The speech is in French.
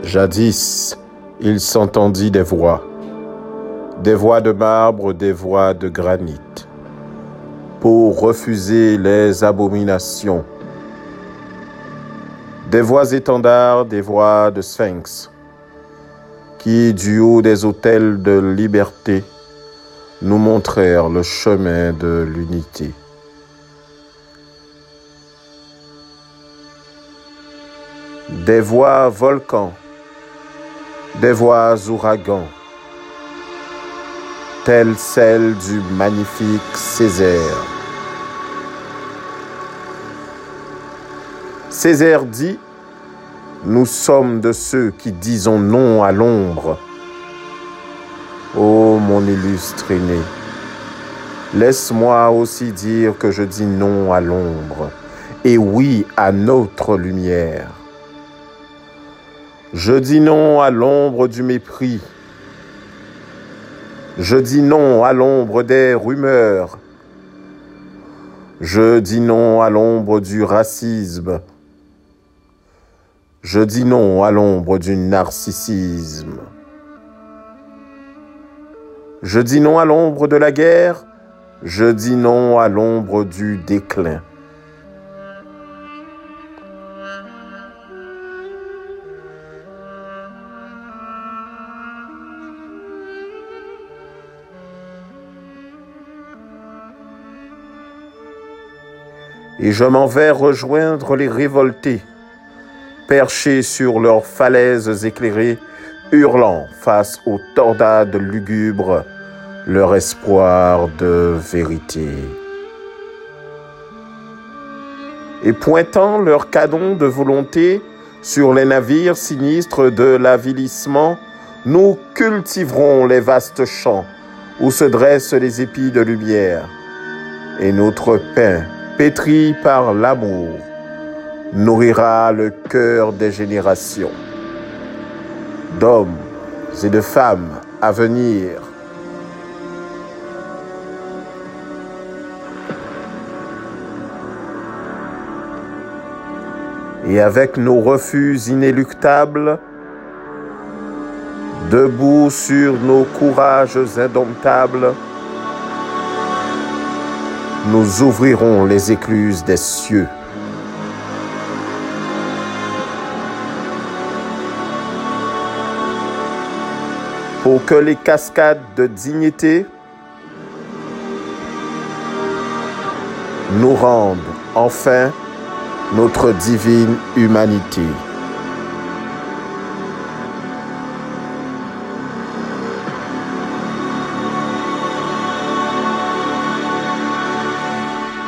Jadis, il s'entendit des voix de marbre, des voix de granit, pour refuser les abominations, des voix étendards, des voix de sphinx, qui, du haut des autels de liberté, nous montrèrent le chemin de l'unité. Des voix volcans, des voix ouragans, telles celles du magnifique Césaire. Césaire dit: nous sommes de ceux qui disons non à l'ombre. Ô mon illustre aîné, laisse-moi aussi dire que je dis non à l'ombre et oui à notre lumière. Je dis non à l'ombre du mépris. Je dis non à l'ombre des rumeurs. Je dis non à l'ombre du racisme. Je dis non à l'ombre du narcissisme. Je dis non à l'ombre de la guerre. Je dis non à l'ombre du déclin. Et je m'en vais rejoindre les révoltés, perchés sur leurs falaises éclairées, hurlant face aux tornades lugubres leur espoir de vérité. Et pointant leurs canons de volonté sur les navires sinistres de l'avilissement, nous cultiverons les vastes champs où se dressent les épis de lumière, et notre pain, pétri par l'amour, nourrira le cœur des générations, d'hommes et de femmes à venir. Et avec nos refus inéluctables, debout sur nos courages indomptables, nous ouvrirons les écluses des cieux. Pour que les cascades de dignité nous rendent enfin notre divine humanité.